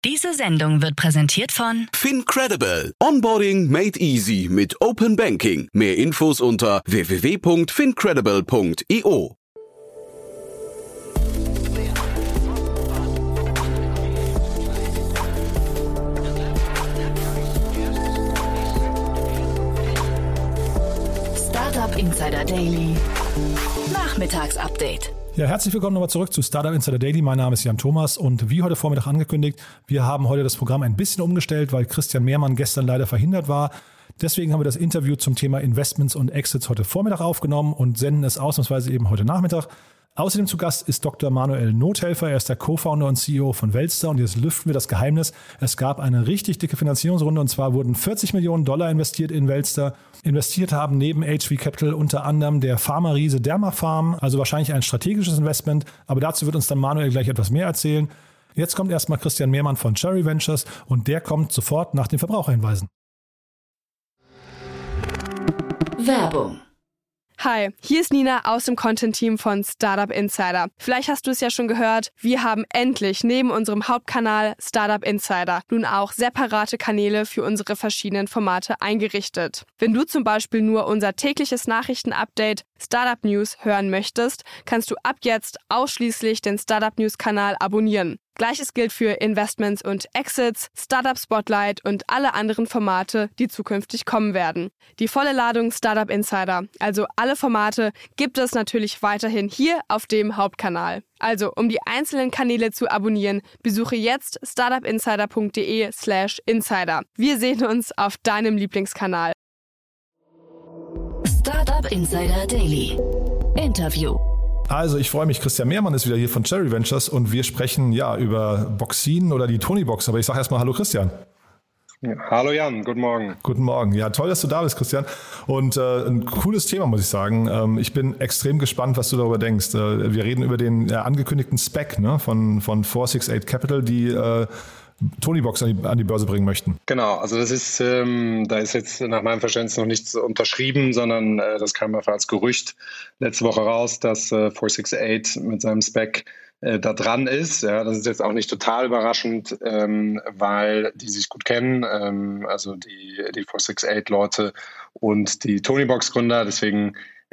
Diese Sendung wird präsentiert von FinCredible. Onboarding made easy mit Open Banking. Mehr Infos unter www.fincredible.io. Startup Insider Daily. Nachmittagsupdate. Ja, herzlich willkommen nochmal zurück zu Startup Insider Daily. Mein Name ist Jan Thomas und wie heute Vormittag angekündigt, wir haben heute das Programm ein bisschen umgestellt, weil Christian Mehrmann gestern leider verhindert war. Deswegen haben wir das Interview zum Thema Investments und Exits heute Vormittag aufgenommen und senden es ausnahmsweise eben heute Nachmittag. Außerdem zu Gast ist Dr. Manuel Nothelfer. Er ist der Co-Founder und CEO von Weltstar und jetzt lüften wir das Geheimnis. Es gab eine richtig dicke Finanzierungsrunde und zwar wurden $40 Millionen investiert in Weltstar. Investiert haben neben HV Capital unter anderem der Pharma-Riese Dermapharm, also wahrscheinlich ein strategisches Investment. Aber dazu wird uns dann Manuel gleich etwas mehr erzählen. Jetzt kommt erstmal Christian Mehrmann von Cherry Ventures und der kommt sofort nach den Verbraucherhinweisen. Werbung. Hi, hier ist Nina aus dem Content-Team von Startup Insider. Vielleicht hast du es ja schon gehört, wir haben endlich neben unserem Hauptkanal Startup Insider nun auch separate Kanäle für unsere verschiedenen Formate eingerichtet. Wenn du zum Beispiel nur unser tägliches Nachrichtenupdate Startup News hören möchtest, kannst du ab jetzt ausschließlich den Startup News-Kanal abonnieren. Gleiches gilt für Investments und Exits, Startup Spotlight und alle anderen Formate, die zukünftig kommen werden. Die volle Ladung Startup Insider, also alle Formate, gibt es natürlich weiterhin hier auf dem Hauptkanal. Also, um die einzelnen Kanäle zu abonnieren, besuche jetzt startupinsider.de/insider. Wir sehen uns auf deinem Lieblingskanal. Startup Insider Daily. Interview. Also ich freue mich, Christian Mehrmann ist wieder hier von Cherry Ventures und wir sprechen ja über Boxin oder die Tony-Box. Aber ich sage erstmal Hallo Christian. Ja, hallo Jan, guten Morgen. Guten Morgen. Ja, toll, dass du da bist, Christian. Und ein cooles Thema, muss ich sagen. Ich bin extrem gespannt, was du darüber denkst. Wir reden über den angekündigten SPAC von 468 Capital, die Tony-Box an die Börse bringen möchten. Genau, also das ist, da ist jetzt nach meinem Verständnis noch nichts unterschrieben, sondern das kam einfach als Gerücht letzte Woche raus, dass 468 mit seinem SPAC da dran ist. Ja, das ist jetzt auch nicht total überraschend, weil die sich gut kennen, also die 468-Leute und die Tony-Box-Gründer, deswegen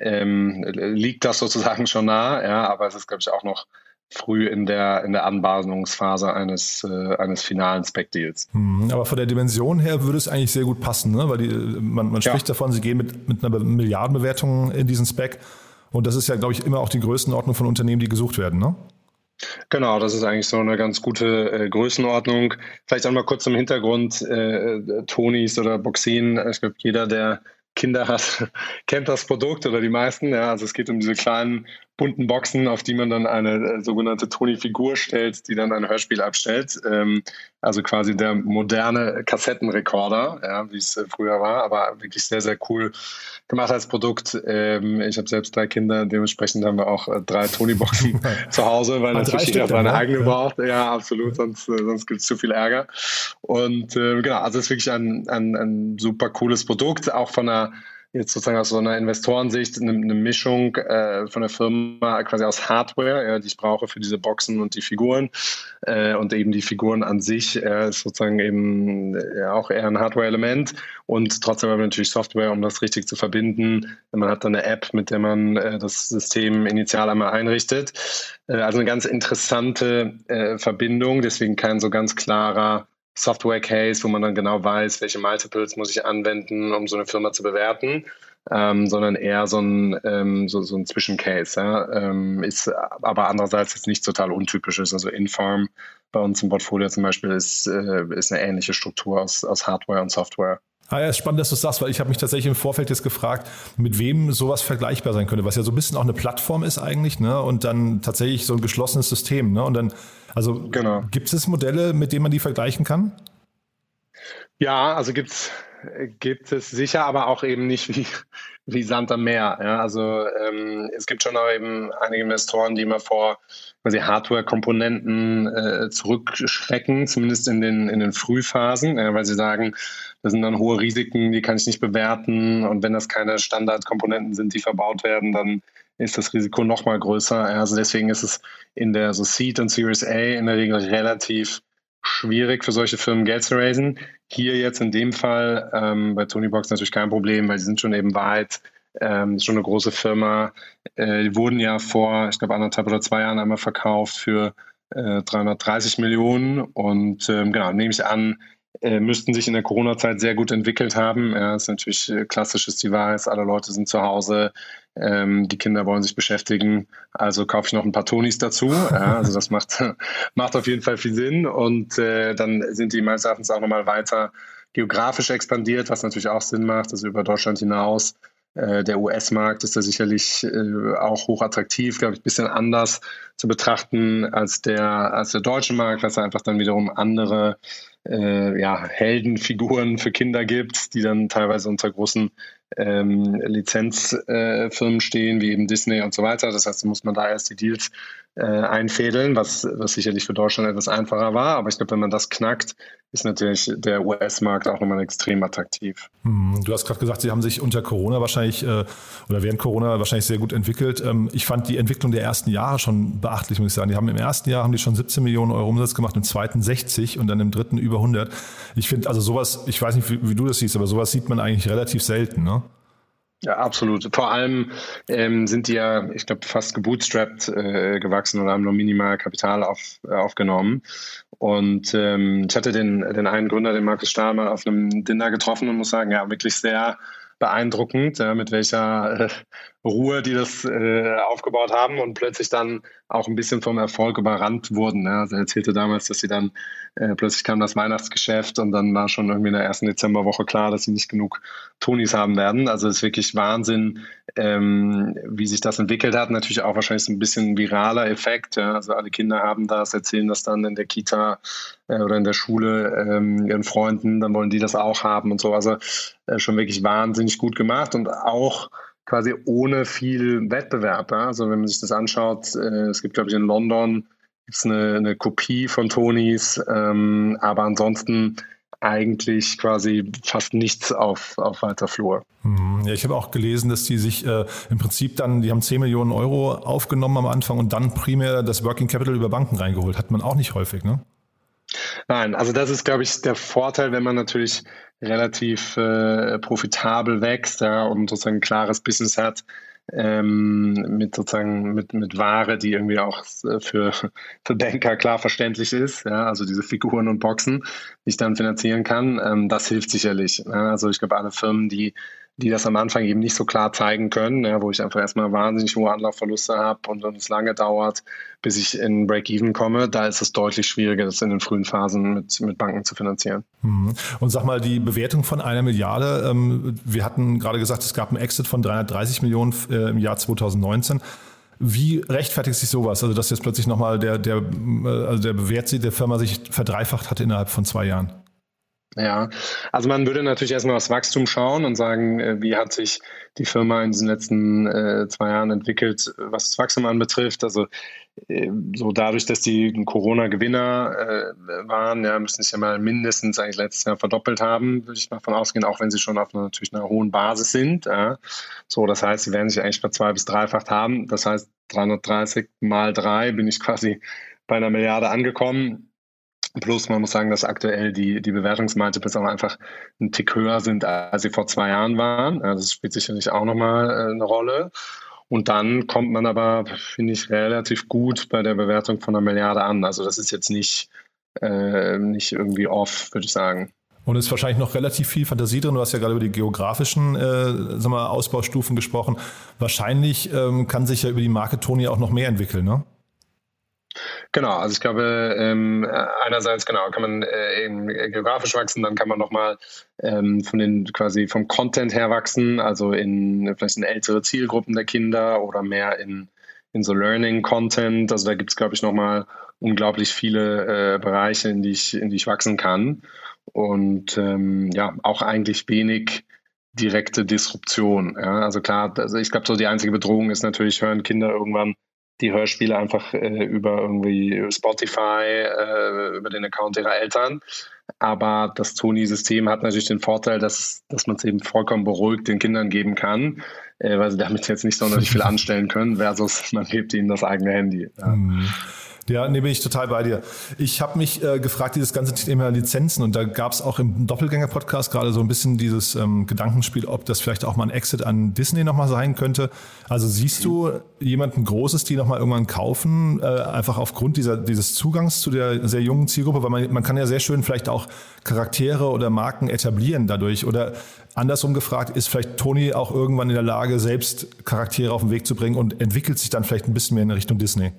liegt das sozusagen schon nah, ja, aber es ist, glaube ich, auch noch früh in der Anbahnungsphase eines finalen SPAC-Deals. Aber von der Dimension her würde es eigentlich sehr gut passen, ne? Weil man spricht davon, sie gehen mit einer Milliardenbewertung in diesen SPAC und das ist ja, glaube ich, immer auch die Größenordnung von Unternehmen, die gesucht werden, ne? Genau, das ist eigentlich so eine ganz gute Größenordnung. Vielleicht auch mal kurz zum Hintergrund, Tonys oder Boxin, ich glaube, jeder, der Kinder hat, kennt das Produkt oder die meisten. Ja, also es geht um diese kleinen bunten Boxen, auf die man dann eine sogenannte Tony-Figur stellt, die dann ein Hörspiel abstellt. Also quasi der moderne Kassettenrekorder, ja, wie es früher war, aber wirklich sehr, sehr cool gemacht als Produkt. Ich habe selbst 3 Kinder, dementsprechend haben wir auch 3 Tony-Boxen zu Hause, weil natürlich jeder seine eigene braucht. Ja, absolut, sonst gibt es zu viel Ärger. Und genau, also es ist wirklich ein super cooles Produkt, auch von einer jetzt sozusagen aus so einer Investorensicht eine Mischung von der Firma quasi aus Hardware, die ich brauche für diese Boxen und die Figuren und eben die Figuren an sich ist sozusagen eben auch eher ein Hardware-Element und trotzdem aber natürlich Software, um das richtig zu verbinden. Man hat dann eine App, mit der man das System initial einmal einrichtet. Also eine ganz interessante Verbindung, deswegen kein so ganz klarer Software-Case, wo man dann genau weiß, welche Multiples muss ich anwenden, um so eine Firma zu bewerten, sondern eher so ein Zwischencase. Ja? Ist aber andererseits jetzt nicht total untypisches. Also Infarm bei uns im Portfolio zum Beispiel ist eine ähnliche Struktur aus Hardware und Software. Ja, ist spannend, dass du es sagst, weil ich habe mich tatsächlich im Vorfeld jetzt gefragt, mit wem sowas vergleichbar sein könnte, was ja so ein bisschen auch eine Plattform ist eigentlich, ne? Und dann tatsächlich so ein geschlossenes System, ne? Und dann, also genau. Gibt es Modelle, mit denen man die vergleichen kann? Ja, also gibt es sicher, aber auch eben nicht wie Sand am Meer. Ja? Also es gibt schon auch eben einige Investoren, die immer vor quasi Hardware-Komponenten zurückschrecken, zumindest in den Frühphasen, weil sie sagen, das sind dann hohe Risiken, die kann ich nicht bewerten und wenn das keine Standardkomponenten sind, die verbaut werden, dann ist das Risiko noch mal größer. Also deswegen ist es in der so Seed und Series A in der Regel relativ schwierig für solche Firmen Geld zu raisen. Hier jetzt in dem Fall bei Tonybox natürlich kein Problem, weil die sind schon eben weit. Ist schon eine große Firma. Die wurden ja vor, ich glaube, 1,5 oder 2 Jahren einmal verkauft für 330 Millionen und genau, nehme ich an, müssten sich in der Corona-Zeit sehr gut entwickelt haben. Ja, ist natürlich klassisches Device, alle Leute sind zu Hause, die Kinder wollen sich beschäftigen, also kaufe ich noch ein paar Tonys dazu. Ja, also das macht auf jeden Fall viel Sinn und dann sind die meines Erachtens auch nochmal weiter geografisch expandiert, was natürlich auch Sinn macht, also über Deutschland hinaus. Der US-Markt ist da sicherlich auch hochattraktiv, glaube ich, ein bisschen anders zu betrachten als der deutsche Markt, was einfach dann wiederum andere Heldenfiguren für Kinder gibt, die dann teilweise unter großen Lizenzfirmen stehen, wie eben Disney und so weiter. Das heißt, da muss man da erst die Deals einfädeln, was sicherlich für Deutschland etwas einfacher war. Aber ich glaube, wenn man das knackt, ist natürlich der US-Markt auch nochmal extrem attraktiv. Du hast gerade gesagt, Sie haben sich unter Corona wahrscheinlich oder während Corona wahrscheinlich sehr gut entwickelt. Ich fand die Entwicklung der ersten Jahre schon beachtlich, muss ich sagen. Im ersten Jahr haben die schon 17 Millionen Euro Umsatz gemacht, im zweiten 60 und dann im dritten über 100. Ich finde also sowas, ich weiß nicht, wie du das siehst, aber sowas sieht man eigentlich relativ selten, ne? Ja, absolut. Vor allem sind die ja, ich glaube, fast gebootstrapped gewachsen oder haben nur minimal Kapital aufgenommen. Und ich hatte den einen Gründer, den Markus Stahl, mal auf einem Dinner getroffen und muss sagen, ja, wirklich sehr beeindruckend, mit welcher Ruhe die das aufgebaut haben und plötzlich dann auch ein bisschen vom Erfolg überrannt wurden. Ja. Also er erzählte damals, dass sie dann plötzlich kam das Weihnachtsgeschäft und dann war schon irgendwie in der ersten Dezemberwoche klar, dass sie nicht genug Tonys haben werden. Also es ist wirklich Wahnsinn, wie sich das entwickelt hat. Natürlich auch wahrscheinlich so ein bisschen viraler Effekt. Ja. Also alle Kinder haben das, erzählen das dann in der Kita oder in der Schule ihren Freunden, dann wollen die das auch haben und so. Also schon wirklich wahnsinnig gut gemacht und auch quasi ohne viel Wettbewerb. Ja? Also wenn man sich das anschaut, es gibt, glaube ich, in London gibt's eine Kopie von Tonys, aber ansonsten eigentlich quasi fast nichts auf weiter Flur. Ja, ich habe auch gelesen, dass die sich im Prinzip dann, die haben 10 Millionen Euro aufgenommen am Anfang und dann primär das Working Capital über Banken reingeholt. Hat man auch nicht häufig, ne? Nein, also das ist, glaube ich, der Vorteil, wenn man natürlich relativ profitabel wächst, ja, und sozusagen ein klares Business hat, mit Ware, die irgendwie auch für Banker klar verständlich ist, ja, also diese Figuren und Boxen, die ich dann finanzieren kann, das hilft sicherlich. Ja, also ich glaube, alle Firmen, die das am Anfang eben nicht so klar zeigen können, ja, wo ich einfach erstmal wahnsinnig hohe Anlaufverluste habe und es lange dauert, bis ich in Break-Even komme, da ist es deutlich schwieriger, das in den frühen Phasen mit Banken zu finanzieren. Und sag mal, die Bewertung von 1 Milliarde, wir hatten gerade gesagt, es gab einen Exit von 330 Millionen im Jahr 2019. Wie rechtfertigt sich sowas? Also dass jetzt plötzlich nochmal der Wert der Firma sich verdreifacht hat innerhalb von 2 Jahren? Ja, also man würde natürlich erstmal aufs Wachstum schauen und sagen, wie hat sich die Firma in diesen letzten 2 Jahren entwickelt, was das Wachstum anbetrifft. Also so dadurch, dass die Corona-Gewinner waren, ja, müssen sich ja mal mindestens eigentlich letztes Jahr verdoppelt haben, würde ich mal davon ausgehen, auch wenn sie schon auf natürlich einer hohen Basis sind. Ja. So, das heißt, sie werden sich eigentlich ver-2- bis 3-facht haben. Das heißt, 330 mal 3 bin ich quasi bei 1 Milliarde angekommen. Plus, man muss sagen, dass aktuell die Bewertungsmultiples auch einfach einen Tick höher sind, als sie vor 2 Jahren waren. Also das spielt sicherlich auch nochmal eine Rolle. Und dann kommt man aber, finde ich, relativ gut bei der Bewertung von 1 Milliarde an. Also das ist jetzt nicht irgendwie off, würde ich sagen. Und es ist wahrscheinlich noch relativ viel Fantasie drin. Du hast ja gerade über die geografischen Ausbaustufen gesprochen. Wahrscheinlich kann sich ja über die Marke Tony auch noch mehr entwickeln, ne? Genau, also ich glaube, einerseits kann man eben geografisch wachsen, dann kann man nochmal vom Content her wachsen, also vielleicht in ältere Zielgruppen der Kinder oder mehr in so Learning-Content. Also da gibt es, glaube ich, nochmal unglaublich viele Bereiche, in die ich wachsen kann. Und auch eigentlich wenig direkte Disruption. Ja? Also klar, ich glaube, so die einzige Bedrohung ist natürlich, hören Kinder irgendwann die Hörspiele einfach über irgendwie Spotify, über den Account ihrer Eltern. Aber das Tony-System hat natürlich den Vorteil, dass man es eben vollkommen beruhigt den Kindern geben kann, weil sie damit jetzt nicht sonderlich viel anstellen können, versus man gibt ihnen das eigene Handy. Ja. Ja, bin ich total bei dir. Ich habe mich gefragt, dieses ganze Thema Lizenzen, und da gab es auch im Doppelgänger-Podcast gerade so ein bisschen dieses Gedankenspiel, ob das vielleicht auch mal ein Exit an Disney nochmal sein könnte. Also siehst du jemanden Großes, die nochmal irgendwann kaufen, einfach aufgrund dieses Zugangs zu der sehr jungen Zielgruppe? Weil man kann ja sehr schön vielleicht auch Charaktere oder Marken etablieren dadurch. Oder andersrum gefragt, ist vielleicht Tony auch irgendwann in der Lage, selbst Charaktere auf den Weg zu bringen und entwickelt sich dann vielleicht ein bisschen mehr in Richtung Disney?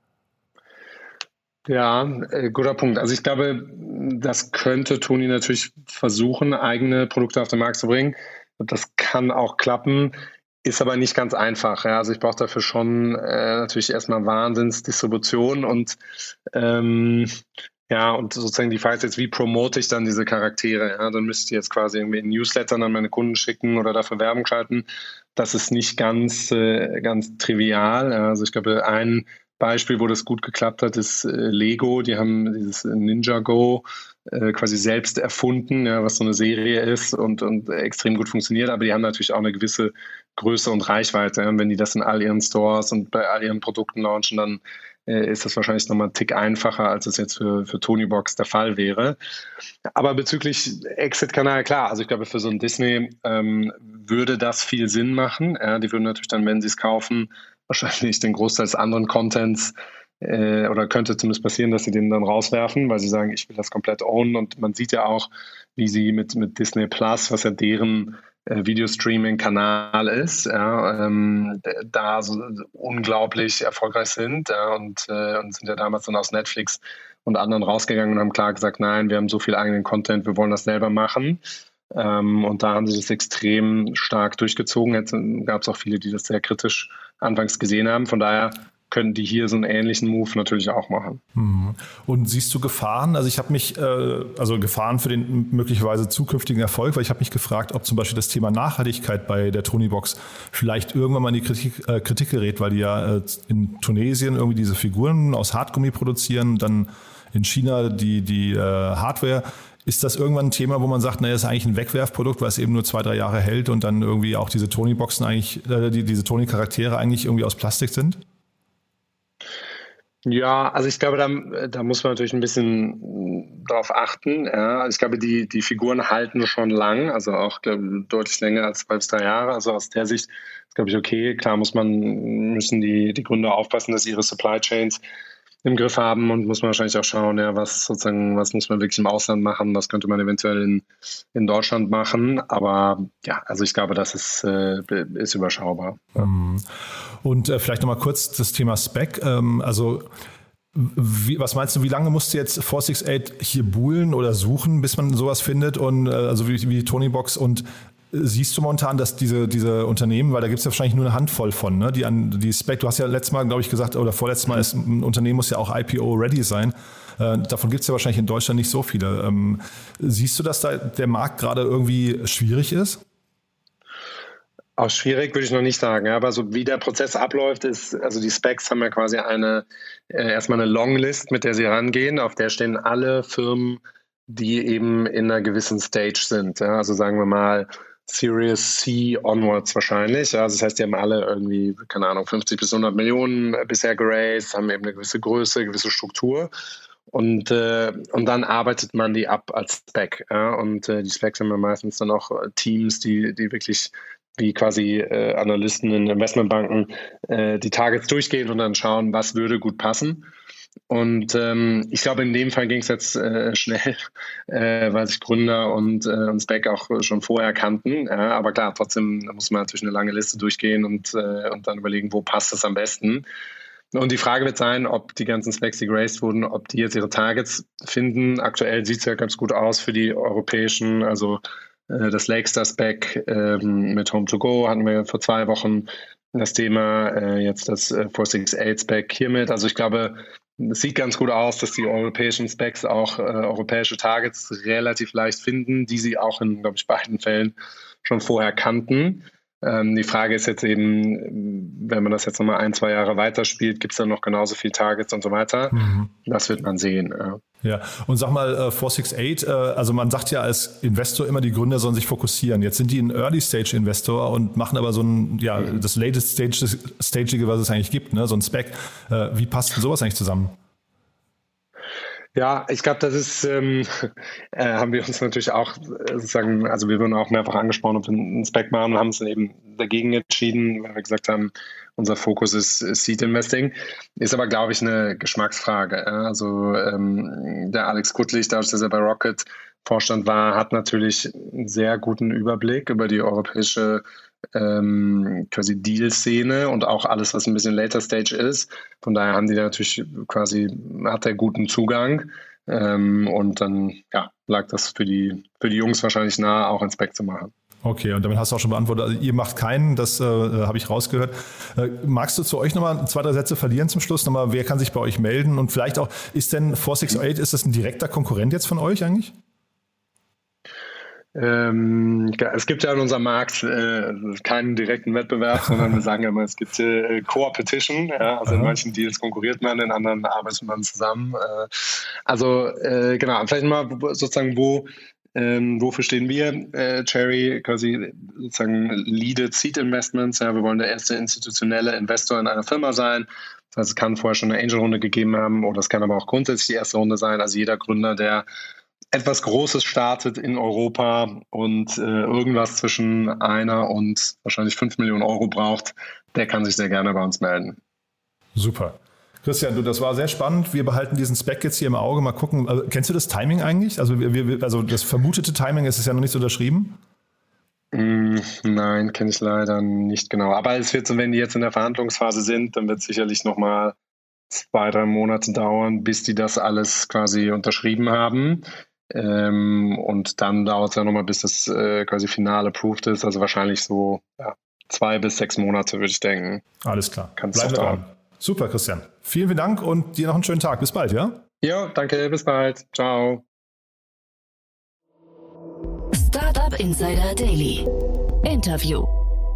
Ja, guter Punkt. Also ich glaube, das könnte Tony natürlich versuchen, eigene Produkte auf den Markt zu bringen. Das kann auch klappen, ist aber nicht ganz einfach. Ja. Also ich brauche dafür schon natürlich erstmal Wahnsinnsdistribution und und sozusagen die Frage ist jetzt, wie promote ich dann diese Charaktere? Ja, dann müsste ich jetzt quasi irgendwie in Newslettern an meine Kunden schicken oder dafür Werbung schalten. Das ist nicht ganz trivial. Also ich glaube, ein Beispiel, wo das gut geklappt hat, ist Lego. Die haben dieses Ninjago quasi selbst erfunden, ja, was so eine Serie ist und extrem gut funktioniert. Aber die haben natürlich auch eine gewisse Größe und Reichweite. Ja. Und wenn die das in all ihren Stores und bei all ihren Produkten launchen, dann ist das wahrscheinlich nochmal einen Tick einfacher, als es jetzt für Tonybox der Fall wäre. Aber bezüglich Exit-Kanal, klar, also ich glaube, für so ein Disney würde das viel Sinn machen. Ja, die würden natürlich dann, wenn sie es kaufen, wahrscheinlich den Großteil des anderen Contents oder könnte zumindest passieren, dass sie den dann rauswerfen, weil sie sagen, ich will das komplett ownen. Und man sieht ja auch, wie sie mit Disney Plus, was ja deren Videostreaming-Kanal ist, da so unglaublich erfolgreich sind und sind ja damals dann aus Netflix und anderen rausgegangen und haben klar gesagt, nein, wir haben so viel eigenen Content, wir wollen das selber machen. Und da haben sie das extrem stark durchgezogen. Jetzt gab es auch viele, die das sehr kritisch anfangs gesehen haben. Von daher können die hier so einen ähnlichen Move natürlich auch machen. Und siehst du Gefahren? Also ich habe mich, Gefahren für den möglicherweise zukünftigen Erfolg, weil ich habe mich gefragt, ob zum Beispiel das Thema Nachhaltigkeit bei der Tonybox vielleicht irgendwann mal in die Kritik gerät, weil die ja in Tunesien irgendwie diese Figuren aus Hartgummi produzieren, dann in China die Hardware. Ist das irgendwann ein Thema, wo man sagt, naja, das ist eigentlich ein Wegwerfprodukt, weil es eben nur 2-3 Jahre hält und dann irgendwie auch diese Tony-Boxen eigentlich, diese Tony-Charaktere eigentlich irgendwie aus Plastik sind? Ja, also ich glaube, da muss man natürlich ein bisschen drauf achten. Ja. Also ich glaube, die Figuren halten schon lang, also auch deutlich länger als 2 bis 3 Jahre. Also aus der Sicht ist, glaube ich, okay. Klar müssen die Gründer aufpassen, dass ihre Supply Chains im Griff haben und muss man wahrscheinlich auch schauen, ja, was muss man wirklich im Ausland machen, was könnte man eventuell in Deutschland machen. Aber ja, also ich glaube, das ist überschaubar. Und vielleicht nochmal kurz das Thema Spec. Was meinst du, wie lange musst du jetzt 468 hier buhlen oder suchen, bis man sowas findet? Und also wie Tonybox, und siehst du momentan, dass diese Unternehmen, weil da gibt es ja wahrscheinlich nur eine Handvoll von, ne, die Spec, du hast ja letztes Mal, glaube ich, gesagt, oder vorletztes Mal, ein Unternehmen muss ja auch IPO-ready sein. Davon gibt es ja wahrscheinlich in Deutschland nicht so viele. Siehst du, dass da der Markt gerade irgendwie schwierig ist? Auch schwierig würde ich noch nicht sagen, ja, aber so wie der Prozess abläuft, also die Specs haben ja quasi erstmal eine Longlist, mit der sie rangehen, auf der stehen alle Firmen, die eben in einer gewissen Stage sind. Ja, also sagen wir mal Series C onwards wahrscheinlich. Ja, also das heißt, die haben alle irgendwie, keine Ahnung, 50 bis 100 Millionen bisher geraced, haben eben eine gewisse Größe, gewisse Struktur. Und dann arbeitet man die ab als Spec. Ja, und die Specs haben ja meistens dann auch Teams, die wirklich wie quasi Analysten in Investmentbanken die Targets durchgehen und dann schauen, was würde gut passen. Und ich glaube, in dem Fall ging es jetzt schnell, weil sich Gründer und Spec auch schon vorher kannten. Aber klar, trotzdem muss man natürlich eine lange Liste durchgehen und dann überlegen, wo passt es am besten. Und die Frage wird sein, ob die ganzen Specs, die geraced wurden, ob die jetzt ihre Targets finden. Aktuell sieht es ja ganz gut aus für die europäischen, also das Lakestar-Spec mit Home2Go hatten wir vor 2 Wochen das Thema, jetzt das 468-Spec hiermit. Also ich glaube, es sieht ganz gut aus, dass die europäischen Specs auch europäische Targets relativ leicht finden, die sie auch in, glaube ich, beiden Fällen schon vorher kannten. Die Frage ist jetzt eben, wenn man das jetzt nochmal 1-2 Jahre weiterspielt, gibt es dann noch genauso viele Targets und so weiter? Das wird man sehen. Ja, und sag mal, 468, also man sagt ja als Investor immer, die Gründer sollen sich fokussieren. Jetzt sind die ein Early-Stage-Investor und machen aber so ein, das Latest-Stagige, was es eigentlich gibt, ne? So ein Spec. Wie passt denn sowas eigentlich zusammen? Ja, ich glaube, das ist, haben wir uns natürlich auch sozusagen, also wir wurden auch mehrfach angesprochen, ob wir einen Spec machen und haben uns dann eben dagegen entschieden, weil wir gesagt haben, unser Fokus ist Seed Investing. Ist aber, glaube ich, eine Geschmacksfrage. Also der Alex Guttlich, dadurch, dass er bei Rocket Vorstand war, hat natürlich einen sehr guten Überblick über die europäische quasi Deal-Szene und auch alles, was ein bisschen later Stage ist. Von daher haben die natürlich quasi, hat er guten Zugang. Und dann lag das für die Jungs wahrscheinlich nahe, auch ein Spec zu machen. Okay, und damit hast du auch schon beantwortet, also ihr macht keinen, das habe ich rausgehört. Magst du zu euch nochmal 2, 3 Sätze verlieren zum Schluss? Nochmal, wer kann sich bei euch melden? Und vielleicht auch, ist denn 468, ist das ein direkter Konkurrent jetzt von euch eigentlich? Es gibt ja in unserem Markt keinen direkten Wettbewerb, sondern wir sagen ja immer, es gibt Co-Opetition. Ja, also in manchen Deals konkurriert man, in anderen arbeitet man zusammen. Genau, vielleicht mal sozusagen, wofür stehen wir? Cherry quasi sozusagen leadet Seed Investments. Ja, wir wollen der erste institutionelle Investor in einer Firma sein. Das heißt, es kann vorher schon eine Angel-Runde gegeben haben oder es kann aber auch grundsätzlich die erste Runde sein. Also jeder Gründer, der etwas Großes startet in Europa und irgendwas zwischen 1 und wahrscheinlich 5 Millionen Euro braucht, der kann sich sehr gerne bei uns melden. Super. Christian, das war sehr spannend. Wir behalten diesen Spec jetzt hier im Auge. Mal gucken. Also, kennst du das Timing eigentlich? Also das vermutete Timing ist ja noch nicht so unterschrieben? Nein, kenne ich leider nicht genau. Aber es wird so, wenn die jetzt in der Verhandlungsphase sind, dann wird es sicherlich nochmal 2, 3 Monate dauern, bis die das alles quasi unterschrieben haben. Und dann dauert es ja nochmal, bis das quasi final approved ist. Also wahrscheinlich so 2 bis 6 Monate, würde ich denken. Alles klar. Bleiben wir dran. Super, Christian. Vielen, vielen Dank und dir noch einen schönen Tag. Bis bald, ja? Ja, danke. Bis bald. Ciao. Startup Insider Daily. Interview.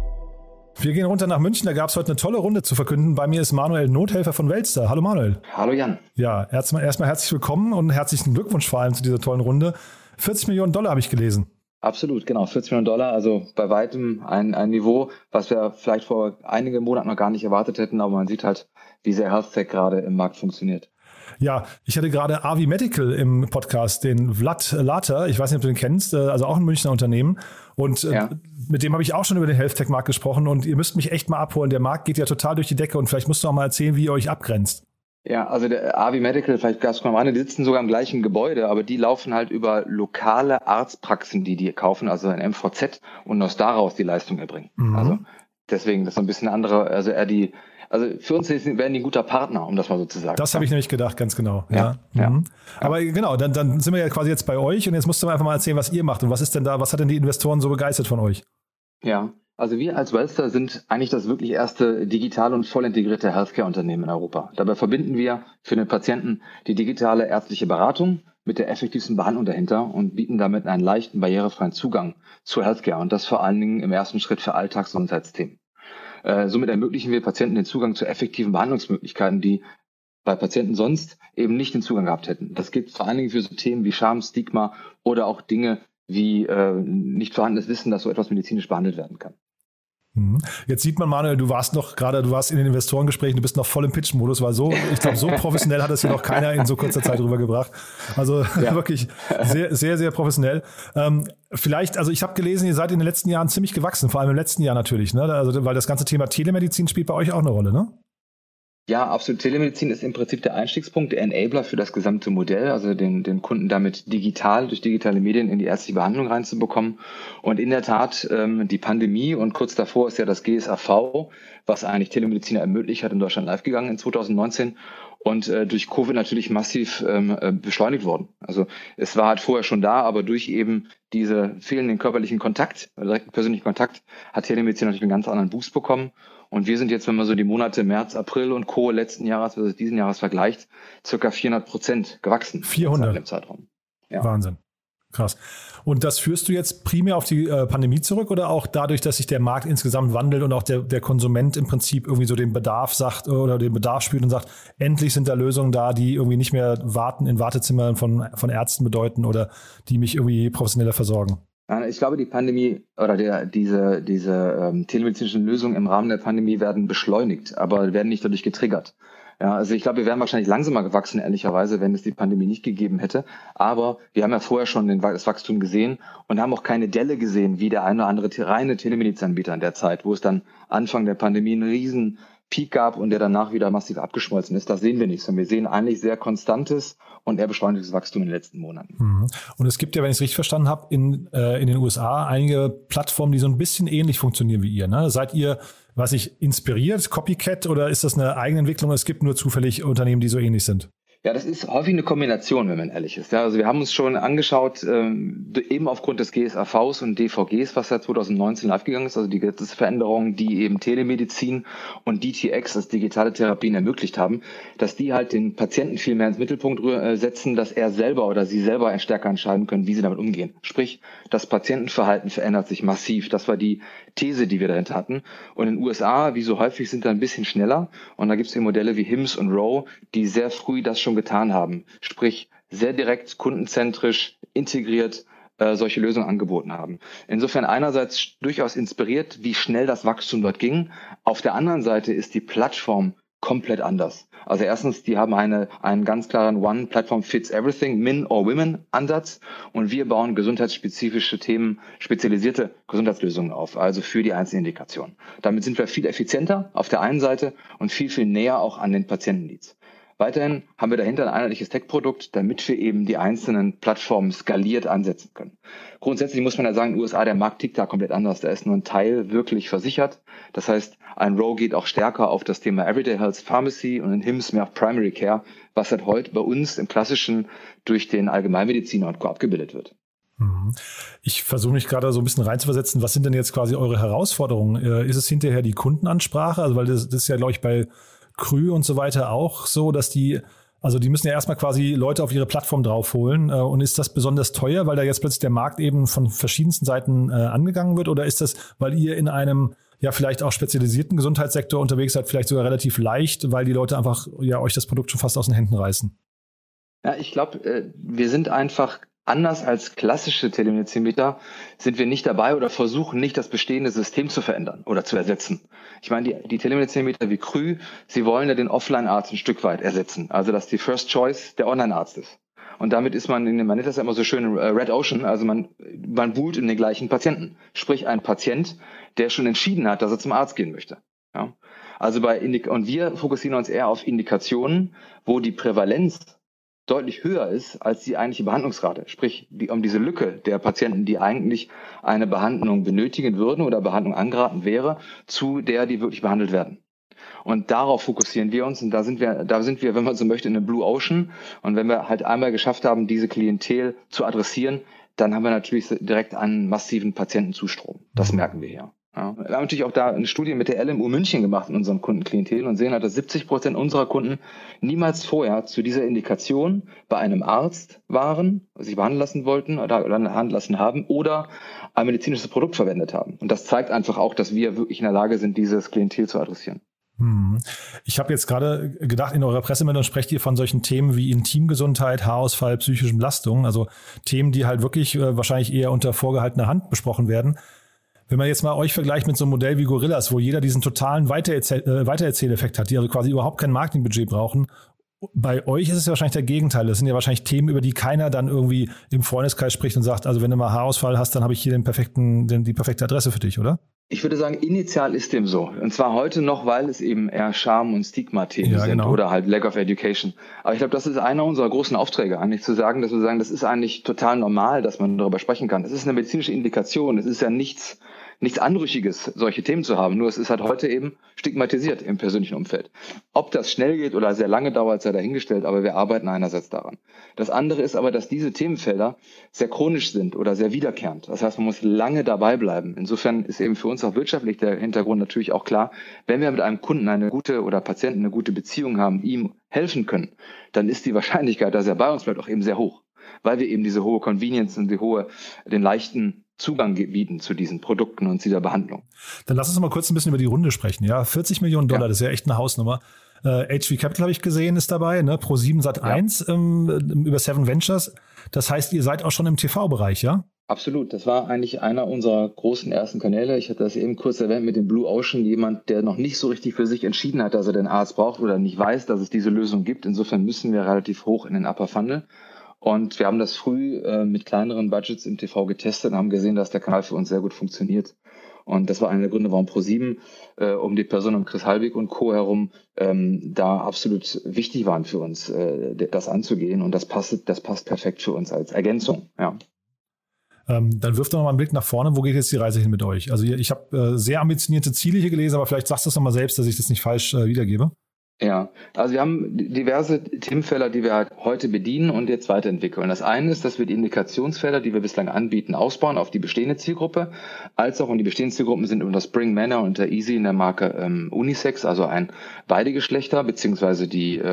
Wir gehen runter nach München, da gab es heute eine tolle Runde zu verkünden. Bei mir ist Manuel Nothelfer von Welster. Hallo Manuel. Hallo Jan. Ja, erstmal herzlich willkommen und herzlichen Glückwunsch vor allem zu dieser tollen Runde. $40 Millionen habe ich gelesen. Absolut, genau, $40 Millionen, also bei weitem ein Niveau, was wir vielleicht vor einigen Monaten noch gar nicht erwartet hätten, aber man sieht halt, wie sehr Health Tech gerade im Markt funktioniert. Ja, ich hatte gerade Avi Medical im Podcast, den Vlad Later, ich weiß nicht, ob du den kennst, also auch ein Münchner Unternehmen und mit dem habe ich auch schon über den Health Tech Markt gesprochen und ihr müsst mich echt mal abholen, der Markt geht ja total durch die Decke und vielleicht musst du auch mal erzählen, wie ihr euch abgrenzt. Ja, also der Avi Medical, vielleicht gab es mal eine, die sitzen sogar im gleichen Gebäude, aber die laufen halt über lokale Arztpraxen, die kaufen, also ein MVZ und aus daraus die Leistung erbringen. Mhm. Also deswegen, das ist so ein bisschen andere, also für uns werden die ein guter Partner, um das mal so zu sagen. Das habe ich nämlich gedacht, ganz genau. Ja. Mhm. Aber genau, dann sind wir ja quasi jetzt bei euch und jetzt musst du mir einfach mal erzählen, was ihr macht und was hat denn die Investoren so begeistert von euch? Ja, also wir als Welster sind eigentlich das wirklich erste digitale und voll integrierte Healthcare-Unternehmen in Europa. Dabei verbinden wir für den Patienten die digitale ärztliche Beratung mit der effektivsten Behandlung dahinter und bieten damit einen leichten, barrierefreien Zugang zu Healthcare und das vor allen Dingen im ersten Schritt für Alltagsgesundheitsthemen. Somit ermöglichen wir Patienten den Zugang zu effektiven Behandlungsmöglichkeiten, die bei Patienten sonst eben nicht den Zugang gehabt hätten. Das gilt vor allen Dingen für so Themen wie Scham, Stigma oder auch Dinge wie nicht vorhandenes Wissen, dass so etwas medizinisch behandelt werden kann. Jetzt sieht man, Manuel, du warst in den Investorengesprächen, du bist noch voll im Pitch-Modus, weil ich glaube, so professionell hat es hier noch keiner in so kurzer Zeit rübergebracht. Also wirklich sehr, sehr, sehr professionell. Vielleicht, also ich habe gelesen, ihr seid in den letzten Jahren ziemlich gewachsen, vor allem im letzten Jahr natürlich, ne? Also, weil das ganze Thema Telemedizin spielt bei euch auch eine Rolle, ne? Ja, absolut. Telemedizin ist im Prinzip der Einstiegspunkt, der Enabler für das gesamte Modell, also den Kunden damit durch digitale Medien in die ärztliche Behandlung reinzubekommen. Und in der Tat, die Pandemie und kurz davor ist ja das GSAV, was eigentlich Telemedizin ermöglicht hat, in Deutschland live gegangen in 2019 und durch Covid natürlich massiv beschleunigt worden. Also es war halt vorher schon da, aber durch eben diese fehlenden körperlichen Kontakt, direkten persönlichen Kontakt, hat Telemedizin natürlich einen ganz anderen Boost bekommen. Und wir sind jetzt, wenn man so die Monate März, April und Co. letzten Jahres versus diesen Jahres vergleicht, circa 400% gewachsen. 400? Im Zeitraum. Ja. Wahnsinn. Krass. Und das führst du jetzt primär auf die Pandemie zurück oder auch dadurch, dass sich der Markt insgesamt wandelt und auch der Konsument im Prinzip irgendwie so den Bedarf sagt oder den Bedarf spürt und sagt, endlich sind da Lösungen da, die irgendwie nicht mehr Warten in Wartezimmern von Ärzten bedeuten oder die mich irgendwie professioneller versorgen? Ich glaube, die Pandemie oder diese telemedizinischen Lösungen im Rahmen der Pandemie werden beschleunigt, aber werden nicht dadurch getriggert. Ja, also ich glaube, wir wären wahrscheinlich langsamer gewachsen, ehrlicherweise, wenn es die Pandemie nicht gegeben hätte. Aber wir haben ja vorher schon das Wachstum gesehen und haben auch keine Delle gesehen, wie der eine oder andere reine Telemedizinanbieter in der Zeit, wo es dann Anfang der Pandemie einen riesen Peak gab und der danach wieder massiv abgeschmolzen ist. Das sehen wir nicht, sondern wir sehen eigentlich sehr konstantes und eher beschleunigtes Wachstum in den letzten Monaten. Und es gibt ja, wenn ich es richtig verstanden habe, in den USA einige Plattformen, die so ein bisschen ähnlich funktionieren wie ihr. Ne? Seid ihr, inspiriert, Copycat, oder ist das eine eigene Entwicklung? Es gibt nur zufällig Unternehmen, die so ähnlich sind. Ja, das ist häufig eine Kombination, wenn man ehrlich ist. Ja, also wir haben uns schon angeschaut, eben aufgrund des GSAVs und DVGs, was seit 2019 live gegangen ist, also die Gesetzesveränderungen, die eben Telemedizin und DTX, das digitale Therapien, ermöglicht haben, dass die halt den Patienten viel mehr ins Mittelpunkt setzen, dass er selber oder sie selber stärker entscheiden können, wie sie damit umgehen. Sprich, das Patientenverhalten verändert sich massiv. Das war die These, die wir dahinter hatten. Und in den USA, wie so häufig, sind da ein bisschen schneller. Und da gibt es eben Modelle wie HIMSS und Rowe, die sehr früh das schon getan haben. Sprich, sehr direkt, kundenzentrisch, integriert solche Lösungen angeboten haben. Insofern einerseits durchaus inspiriert, wie schnell das Wachstum dort ging. Auf der anderen Seite ist die Plattform komplett anders. Also erstens, die haben einen ganz klaren One-Platform-Fits-Everything, Men- or Women-Ansatz, und wir bauen gesundheitsspezifische Themen, spezialisierte Gesundheitslösungen auf, also für die einzelnen Indikationen. Damit sind wir viel effizienter auf der einen Seite und viel, viel näher auch an den Patientenneeds. Weiterhin haben wir dahinter ein einheitliches Tech-Produkt, damit wir eben die einzelnen Plattformen skaliert ansetzen können. Grundsätzlich muss man ja sagen, in den USA, der Markt tickt da komplett anders. Da ist nur ein Teil wirklich versichert. Das heißt, ein Rowe geht auch stärker auf das Thema Everyday Health Pharmacy und in HIMSS mehr auf Primary Care, was halt heute bei uns im Klassischen durch den Allgemeinmediziner und Co. abgebildet wird. Ich versuche mich gerade so ein bisschen reinzuversetzen. Was sind denn jetzt quasi eure Herausforderungen? Ist es hinterher die Kundenansprache? Also, weil das ist ja, glaube ich, bei Krü und so weiter auch so, dass die müssen ja erstmal quasi Leute auf ihre Plattform draufholen. Und ist das besonders teuer, weil da jetzt plötzlich der Markt eben von verschiedensten Seiten angegangen wird? Oder ist das, weil ihr in einem ja vielleicht auch spezialisierten Gesundheitssektor unterwegs seid, vielleicht sogar relativ leicht, weil die Leute einfach ja euch das Produkt schon fast aus den Händen reißen? Ja, ich glaube, wir sind einfach anders als klassische Telemedizinanbieter, sind wir nicht dabei oder versuchen nicht, das bestehende System zu verändern oder zu ersetzen. Ich meine, die Telemedizinanbieter wie Krü, sie wollen ja den Offline-Arzt ein Stück weit ersetzen. Also, dass die First Choice der Online-Arzt ist. Und damit ist man nennt das ja immer so schön Red Ocean, also man buhlt in den gleichen Patienten. Sprich, ein Patient, der schon entschieden hat, dass er zum Arzt gehen möchte. Ja? Also und wir fokussieren uns eher auf Indikationen, wo die Prävalenz deutlich höher ist als die eigentliche Behandlungsrate. Sprich, um diese Lücke der Patienten, die eigentlich eine Behandlung benötigen würden oder Behandlung angeraten wäre, zu der, die wirklich behandelt werden. Und darauf fokussieren wir uns, und da sind wir, wenn man so möchte, in einem Blue Ocean. Und wenn wir halt einmal geschafft haben, diese Klientel zu adressieren, dann haben wir natürlich direkt einen massiven Patientenzustrom. Das merken wir hier. Ja. Wir haben natürlich auch da eine Studie mit der LMU München gemacht in unserem Kundenklientel und sehen halt, dass 70% unserer Kunden niemals vorher zu dieser Indikation bei einem Arzt waren, sich behandeln lassen wollten oder behandeln lassen haben oder ein medizinisches Produkt verwendet haben. Und das zeigt einfach auch, dass wir wirklich in der Lage sind, dieses Klientel zu adressieren. Ich habe jetzt gerade gedacht, in eurer Pressemeldung sprecht ihr von solchen Themen wie Intimgesundheit, Haarausfall, psychischen Belastungen, also Themen, die halt wirklich wahrscheinlich eher unter vorgehaltener Hand besprochen werden. Wenn man jetzt mal euch vergleicht mit so einem Modell wie Gorillas, wo jeder diesen totalen Weitererzähleffekt hat, die also quasi überhaupt kein Marketingbudget brauchen, bei euch ist es ja wahrscheinlich der Gegenteil. Das sind ja wahrscheinlich Themen, über die keiner dann irgendwie im Freundeskreis spricht und sagt, also wenn du mal Haarausfall hast, dann habe ich hier die perfekte Adresse für dich, oder? Ich würde sagen, initial ist dem so. Und zwar heute noch, weil es eben eher Scham- und Stigma-Themen sind genau. Oder halt Lack of Education. Aber ich glaube, das ist einer unserer großen Aufträge, eigentlich zu sagen, dass wir sagen, das ist eigentlich total normal, dass man darüber sprechen kann. Es ist eine medizinische Indikation. Es ist ja nichts Anrüchiges, solche Themen zu haben. Nur es ist halt heute eben stigmatisiert im persönlichen Umfeld. Ob das schnell geht oder sehr lange dauert, sei dahingestellt, aber wir arbeiten einerseits daran. Das andere ist aber, dass diese Themenfelder sehr chronisch sind oder sehr wiederkehrend. Das heißt, man muss lange dabei bleiben. Insofern ist eben für uns auch wirtschaftlich der Hintergrund natürlich auch klar, wenn wir mit einem Kunden eine gute oder Patienten eine gute Beziehung haben, ihm helfen können, dann ist die Wahrscheinlichkeit, dass er bei uns bleibt, auch eben sehr hoch. Weil wir eben diese hohe Convenience und den leichten Zugang bieten zu diesen Produkten und dieser Behandlung. Dann lass uns mal kurz ein bisschen über die Runde sprechen. Ja, $40 Millionen, das ist ja echt eine Hausnummer. HV Capital habe ich gesehen, ist dabei, ne? Pro7 Sat.1 über Seven Ventures. Das heißt, ihr seid auch schon im TV-Bereich, ja? Absolut. Das war eigentlich einer unserer großen ersten Kanäle. Ich hatte das eben kurz erwähnt mit dem Blue Ocean. Jemand, der noch nicht so richtig für sich entschieden hat, dass er den Arzt braucht oder nicht weiß, dass es diese Lösung gibt. Insofern müssen wir relativ hoch in den Upper Funnel. Und wir haben das früh mit kleineren Budgets im TV getestet und haben gesehen, dass der Kanal für uns sehr gut funktioniert. Und das war einer der Gründe, warum ProSieben um die Person um Chris Halbig und Co. herum da absolut wichtig waren für uns, das anzugehen. Und das passt perfekt für uns als Ergänzung. Ja. Dann wirft doch noch mal einen Blick nach vorne. Wo geht jetzt die Reise hin mit euch? Also ich habe sehr ambitionierte Ziele hier gelesen, aber vielleicht sagst du es noch mal selbst, dass ich das nicht falsch wiedergebe. Ja, also wir haben diverse Themenfelder, die wir halt heute bedienen und jetzt weiterentwickeln. Das eine ist, dass wir die Indikationsfelder, die wir bislang anbieten, ausbauen auf die bestehende Zielgruppe, als auch und die bestehenden Zielgruppen sind unter Spring Manor und der Easy in der Marke Unisex, also beide Geschlechter, beziehungsweise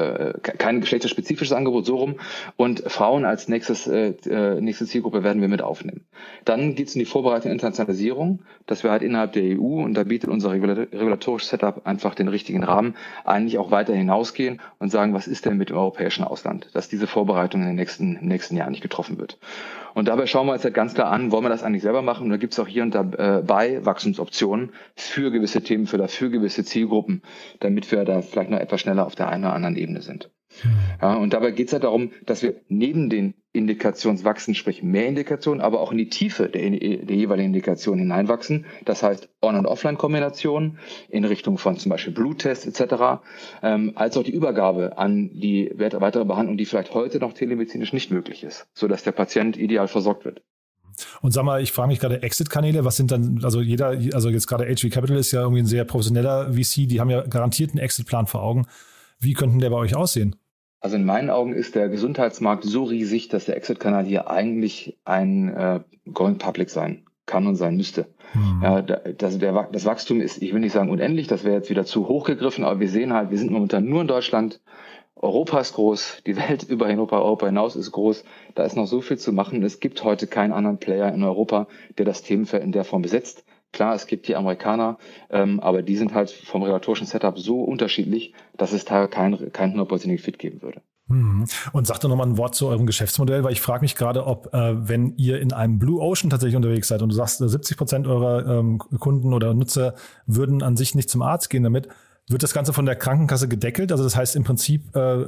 kein geschlechterspezifisches Angebot, so rum. Und Frauen als nächste Zielgruppe werden wir mit aufnehmen. Dann geht es in die Vorbereitung der Internationalisierung, dass wir halt innerhalb der EU, und da bietet unser regulatorisches Setup einfach den richtigen Rahmen, eigentlich auch weiter hinausgehen und sagen, was ist denn mit dem europäischen Ausland, dass diese Vorbereitung in den nächsten Jahren nicht getroffen wird. Und dabei schauen wir uns halt ganz klar an, wollen wir das eigentlich selber machen? Und da gibt es auch hier und dabei Wachstumsoptionen für gewisse Themenfelder, für gewisse Zielgruppen, damit wir da vielleicht noch etwas schneller auf der einen oder anderen Ebene sind. Ja, und dabei geht es halt darum, dass wir neben den Indikationswachsen, sprich mehr Indikationen, aber auch in die Tiefe der jeweiligen Indikation hineinwachsen. Das heißt On- und Offline-Kombinationen in Richtung von zum Beispiel Bluttests etc., als auch die Übergabe an die weitere Behandlung, die vielleicht heute noch telemedizinisch nicht möglich ist, sodass der Patient ideal versorgt wird. Und sag mal, ich frage mich gerade, Exit-Kanäle, was sind dann, also jetzt gerade HV Capital ist ja irgendwie ein sehr professioneller VC, die haben ja garantiert einen Exit-Plan vor Augen. Wie könnten der bei euch aussehen? Also in meinen Augen ist der Gesundheitsmarkt so riesig, dass der Exit-Kanal hier eigentlich ein Going Public sein kann und sein müsste. Ja, das Wachstum ist, ich will nicht sagen unendlich, das wäre jetzt wieder zu hoch gegriffen, aber wir sehen halt, wir sind momentan nur in Deutschland. Europa ist groß, die Welt über Europa hinaus ist groß. Da ist noch so viel zu machen. Es gibt heute keinen anderen Player in Europa, der das Themenfeld in der Form besetzt. Klar, es gibt die Amerikaner, aber die sind halt vom regulatorischen Setup so unterschiedlich, dass es da kein 100%igen Fit geben würde. Und sag doch nochmal ein Wort zu eurem Geschäftsmodell, weil ich frage mich gerade, ob, wenn ihr in einem Blue Ocean tatsächlich unterwegs seid und du sagst, 70% eurer Kunden oder Nutzer würden an sich nicht zum Arzt gehen damit, wird das Ganze von der Krankenkasse gedeckelt? Also das heißt im Prinzip,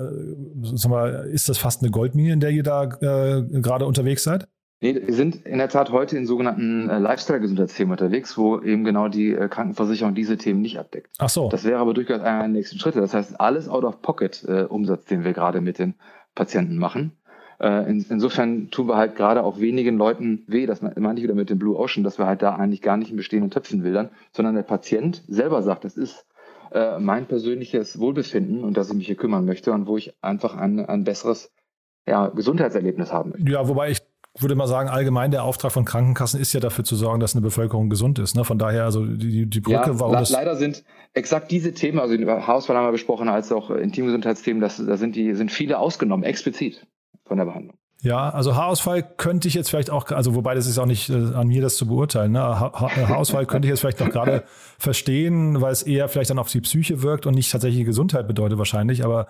ist das fast eine Goldmine, in der ihr da gerade unterwegs seid? Nee, wir sind in der Tat heute in sogenannten Lifestyle-Gesundheitsthemen unterwegs, wo eben genau die Krankenversicherung diese Themen nicht abdeckt. Ach so. Das wäre aber durchaus einer der nächsten Schritte. Das heißt, alles Out-of-Pocket-Umsatz, den wir gerade mit den Patienten machen. Insofern tun wir halt gerade auch wenigen Leuten weh, das meine ich wieder mit dem Blue Ocean, dass wir halt da eigentlich gar nicht in bestehenden Töpfen wildern, sondern der Patient selber sagt, das ist mein persönliches Wohlbefinden und dass ich mich hier kümmern möchte und wo ich einfach ein besseres Gesundheitserlebnis haben möchte. Ja, wobei ich würde mal sagen, allgemein der Auftrag von Krankenkassen ist ja dafür zu sorgen, dass eine Bevölkerung gesund ist. Ne? Von daher, also die Brücke, warum das... Leider sind exakt diese Themen, also Haarausfall haben wir besprochen, als auch Intimgesundheitsthemen, da sind viele ausgenommen, explizit von der Behandlung. Ja, also Haarausfall könnte ich jetzt vielleicht auch, also wobei das ist auch nicht an mir, das zu beurteilen. Ne? Haarausfall könnte ich jetzt vielleicht noch gerade verstehen, weil es eher vielleicht dann auf die Psyche wirkt und nicht tatsächlich Gesundheit bedeutet wahrscheinlich, aber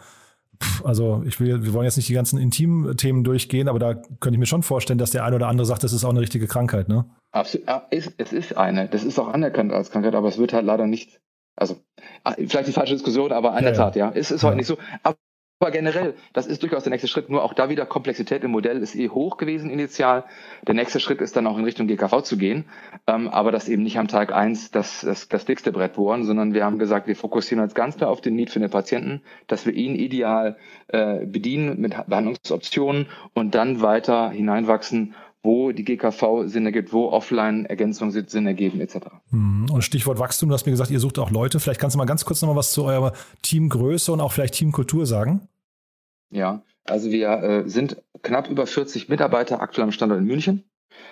also wir wollen jetzt nicht die ganzen Intim-Themen durchgehen, aber da könnte ich mir schon vorstellen, dass der eine oder andere sagt, das ist auch eine richtige Krankheit, ne? Absolut, es ist eine. Das ist auch anerkannt als Krankheit, aber es wird halt leider nicht, also vielleicht die falsche Diskussion, aber in der Tat, ja. Es ist heute nicht so. Aber generell, das ist durchaus der nächste Schritt. Nur auch da wieder Komplexität im Modell ist hoch gewesen initial. Der nächste Schritt ist dann auch in Richtung GKV zu gehen. Aber das eben nicht am Tag 1 das dickste Brett bohren, sondern wir haben gesagt, wir fokussieren uns ganz klar auf den Need für den Patienten, dass wir ihn ideal bedienen mit Behandlungsoptionen und dann weiter hineinwachsen, wo die GKV Sinn ergibt, wo Offline-Ergänzungen Sinn ergeben, etc. Und Stichwort Wachstum, du hast mir gesagt, ihr sucht auch Leute. Vielleicht kannst du mal ganz kurz noch mal was zu eurer Teamgröße und auch vielleicht Teamkultur sagen. Ja, also wir sind knapp über 40 Mitarbeiter aktuell am Standort in München.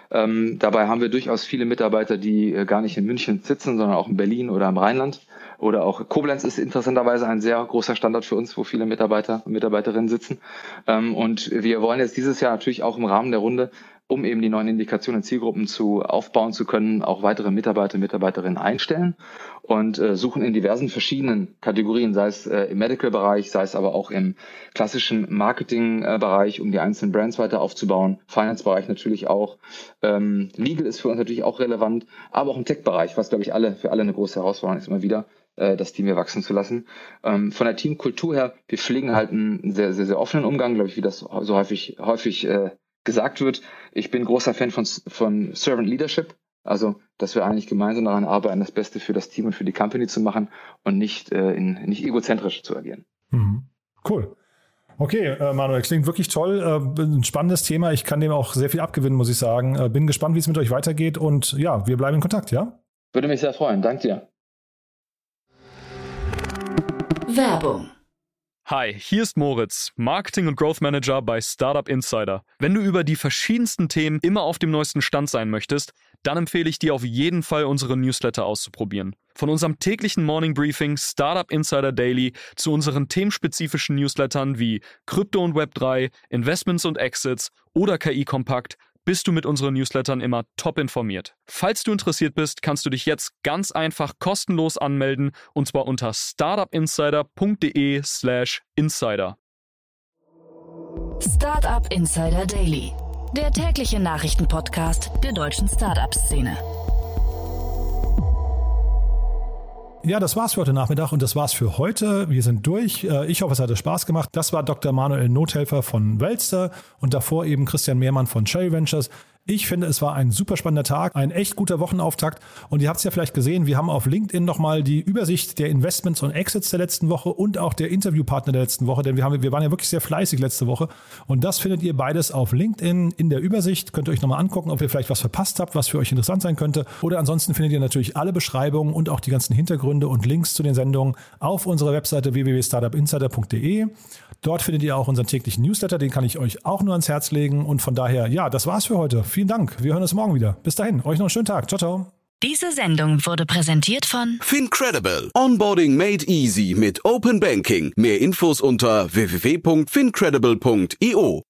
Dabei haben wir durchaus viele Mitarbeiter, die gar nicht in München sitzen, sondern auch in Berlin oder im Rheinland. Oder auch Koblenz ist interessanterweise ein sehr großer Standort für uns, wo viele Mitarbeiter und Mitarbeiterinnen sitzen. Und wir wollen jetzt dieses Jahr natürlich auch im Rahmen der Runde um eben die neuen Indikationen und Zielgruppen aufbauen zu können, auch weitere Mitarbeiter, Mitarbeiterinnen einstellen und suchen in diversen verschiedenen Kategorien, sei es im Medical-Bereich, sei es aber auch im klassischen Marketing-Bereich, um die einzelnen Brands weiter aufzubauen, Finance-Bereich natürlich auch, Legal ist für uns natürlich auch relevant, aber auch im Tech-Bereich, was glaube ich für alle eine große Herausforderung ist, immer wieder das Team hier wachsen zu lassen. Von der Teamkultur her, wir pflegen halt einen sehr, sehr, sehr offenen Umgang, glaube ich, wie das so häufig gesagt wird. Ich bin großer Fan von Servant Leadership, also dass wir eigentlich gemeinsam daran arbeiten, das Beste für das Team und für die Company zu machen und nicht egozentrisch zu agieren. Cool. Okay, Manuel, klingt wirklich toll. Ein spannendes Thema. Ich kann dem auch sehr viel abgewinnen, muss ich sagen. Bin gespannt, wie es mit euch weitergeht und ja, wir bleiben in Kontakt, ja? Würde mich sehr freuen. Danke dir. Werbung. Hi, hier ist Moritz, Marketing- und Growth Manager bei Startup Insider. Wenn du über die verschiedensten Themen immer auf dem neuesten Stand sein möchtest, dann empfehle ich dir auf jeden Fall unsere Newsletter auszuprobieren. Von unserem täglichen Morning Briefing Startup Insider Daily zu unseren themenspezifischen Newslettern wie Krypto und Web3, Investments und Exits oder KI Kompakt, bist du mit unseren Newslettern immer top informiert. Falls du interessiert bist, kannst du dich jetzt ganz einfach kostenlos anmelden und zwar unter startupinsider.de/insider. Startup Insider Daily, der tägliche Nachrichtenpodcast der deutschen Startup-Szene. Ja, das war's für heute Nachmittag und das war's für heute. Wir sind durch. Ich hoffe, es hat Spaß gemacht. Das war Dr. Manuel Nothelfer von Wellster und davor eben Christian Mehrmann von Cherry Ventures. Ich finde, es war ein super spannender Tag, ein echt guter Wochenauftakt und ihr habt es ja vielleicht gesehen, wir haben auf LinkedIn nochmal die Übersicht der Investments und Exits der letzten Woche und auch der Interviewpartner der letzten Woche, denn wir waren ja wirklich sehr fleißig letzte Woche und das findet ihr beides auf LinkedIn in der Übersicht. Könnt ihr euch nochmal angucken, ob ihr vielleicht was verpasst habt, was für euch interessant sein könnte oder ansonsten findet ihr natürlich alle Beschreibungen und auch die ganzen Hintergründe und Links zu den Sendungen auf unserer Webseite www.startupinsider.de. Dort findet ihr auch unseren täglichen Newsletter, den kann ich euch auch nur ans Herz legen. Und von daher, ja, das war's für heute. Vielen Dank. Wir hören uns morgen wieder. Bis dahin, euch noch einen schönen Tag. Ciao, ciao. Diese Sendung wurde präsentiert von FinCredible. Onboarding made easy mit Open Banking. Mehr Infos unter www.fincredible.io.